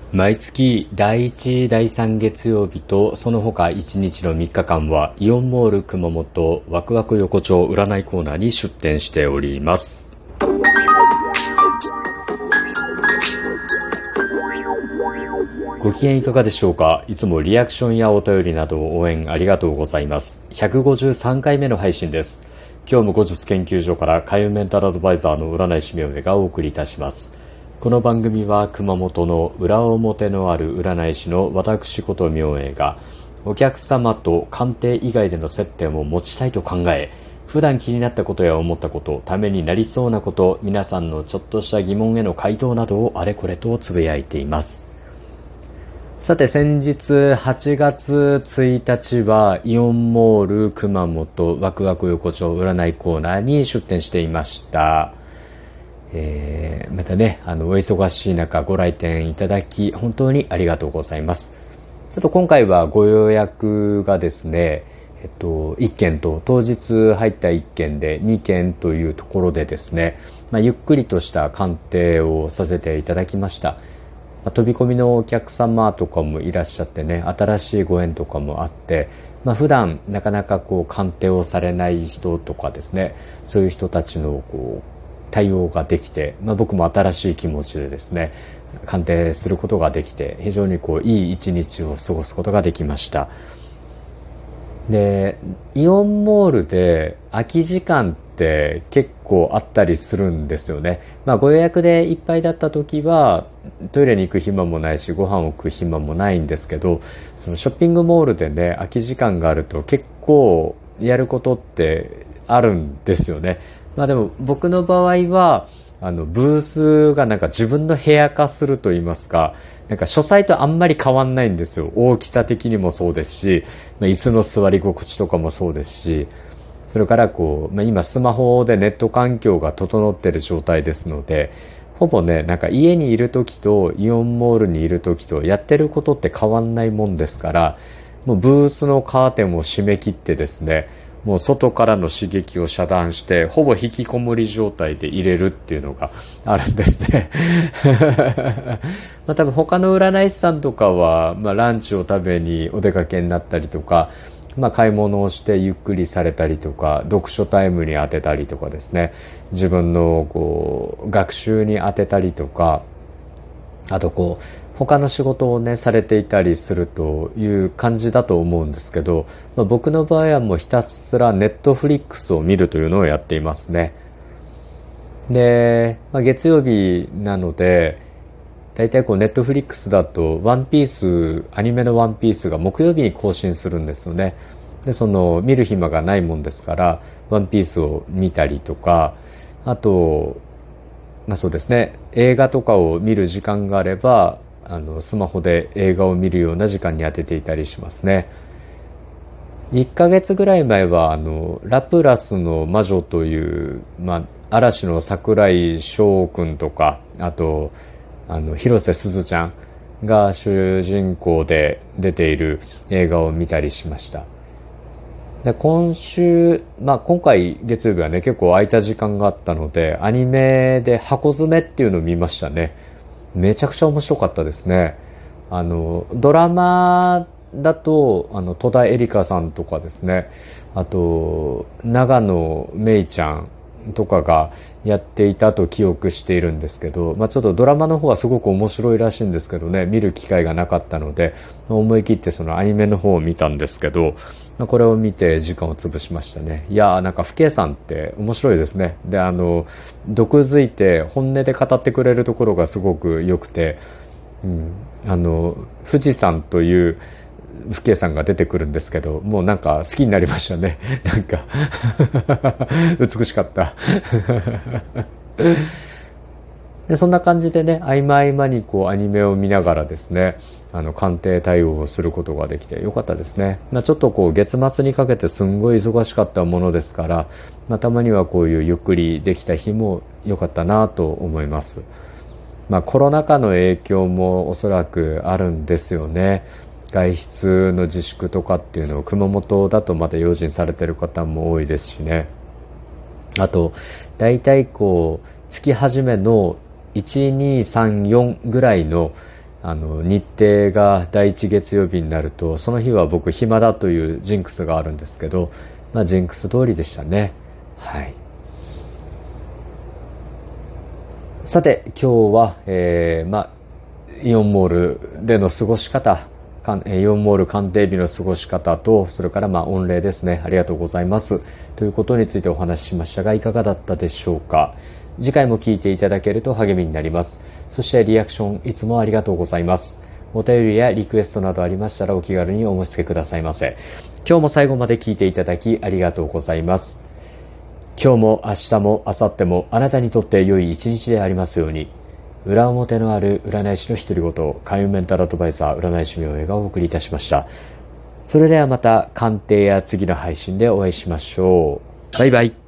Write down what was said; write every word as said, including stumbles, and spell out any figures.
毎月だいいち、だいさん月曜日とその他いちにちのみっかかんはイオンモール熊本ワクワク横丁占いコーナーに出店しております。ご機嫌いかがでしょうか。いつもリアクションやお便りなど応援ありがとうございます。ひゃくごじゅうさんかいめの配信です。今日も後日研究所から開運メンタルアドバイザーの占い師みおめがお送りいたします。この番組は熊本の裏表のある占い師の私こと明恵がお客様と鑑定以外での接点を持ちたいと考え、普段気になったことや思ったこと、ためになりそうなこと、皆さんのちょっとした疑問への回答などをあれこれとつぶやいています。さて先日はちがつついたちはイオンモール熊本ワクワク横丁占いコーナーに出店していました。えー、またね、あの、お忙しい中ご来店いただき、本当にありがとうございます。ちょっと今回はご予約がですね、えっと、いっけんと、当日入ったいっけんでにけんというところでですね、まあ、ゆっくりとした鑑定をさせていただきました。まあ、飛び込みのお客様とかもいらっしゃってね、新しいご縁とかもあって、まあ、普段なかなかこう鑑定をされない人とかですね、そういう人たちのこう、対応ができて、まあ、僕も新しい気持ちでですね鑑定することができて、非常にこういい一日を過ごすことができました。で、イオンモールで空き時間って結構あったりするんですよね。まあ、ご予約でいっぱいだった時はトイレに行く暇もないしご飯を食う暇もないんですけど、そのショッピングモールでね空き時間があると結構やることってあるんですよね。まあでも僕の場合はあのブースがなんか自分の部屋化すると言いますか、なんか書斎とあんまり変わんないんですよ。大きさ的にもそうですし、まあ、椅子の座り心地とかもそうですし、それからこう、まあ、今スマホでネット環境が整っている状態ですので、ほぼねなんか家にいる時とイオンモールにいる時とやってることって変わんないもんですから、もうブースのカーテンを閉め切ってですね、もう外からの刺激を遮断してほぼ引きこもり状態で入れるっていうのがあるんですねまあ多分他の占い師さんとかは、まあ、ランチを食べにお出かけになったりとか、まあ、買い物をしてゆっくりされたりとか、読書タイムに当てたりとかですね、自分のこう学習に当てたりとか、あとこう他の仕事をねされていたりするという感じだと思うんですけど、まあ、僕の場合はもうひたすらネットフリックスを見るというのをやっていますね。で、まあ、月曜日なのでだいたいこうネットフリックスだとワンピース、アニメのワンピースが木曜日に更新するんですよね。でその見る暇がないもんですからワンピースを見たりとか、あとまあそうですね、映画とかを見る時間があればあのスマホで映画を見るような時間に当てていたりしますね。いっかげつぐらい前はあのラプラスの魔女という、まあ、嵐の桜井翔くんとか、あとあの広瀬すずちゃんが主人公で出ている映画を見たりしました。で今週、まあ今回月曜日はね結構空いた時間があったのでアニメで箱詰めっていうのを見ましたね。めちゃくちゃ面白かったですね。あのドラマだとあの戸田恵梨香さんとかですね、あと長野めいちゃんとかがやっていたと記憶しているんですけど、まあ、ちょっとドラマの方はすごく面白いらしいんですけどね、見る機会がなかったので思い切ってそのアニメの方を見たんですけど、まあ、これを見て時間を潰しましたね。いやーなんか不敬さんって面白いですね。であの毒づいて本音で語ってくれるところがすごく良くて、うん、あの富士山という不敬さんが出てくるんですけど、もうなんか好きになりましたね。なんか美しかったでそんな感じでね、合間合間にこうアニメを見ながらですね、あの鑑定対応をすることができてよかったですね。まあ、ちょっとこう月末にかけてすんごい忙しかったものですから、まあ、たまにはこういうゆっくりできた日も良かったなと思います。まあ、コロナ禍の影響もおそらくあるんですよね。外出の自粛とかっていうのを熊本だとまだ用心されてる方も多いですしね。あとだいたいこう月始めのいち、に、さん、よんぐらいのあの、日程が第一月曜日になると、その日は僕暇だというジンクスがあるんですけど、まあジンクス通りでしたね。はい。さて、今日は、えー、まあ、イオンモールでの過ごし方、イオンモール鑑定日の過ごし方と、それからまあ御礼ですね。ありがとうございます。ということについてお話ししましたが、いかがだったでしょうか。次回も聞いていただけると励みになります。そしてリアクションいつもありがとうございます。お便りやリクエストなどありましたらお気軽にお申し付けくださいませ。今日も最後まで聞いていただきありがとうございます。今日も明日も明後日もあなたにとって良い一日でありますように。裏表のある占い師の独り言、開運メンタルアドバイザー占い師明恵がお送りいたしました。それではまた鑑定や次の配信でお会いしましょう。バイバイ。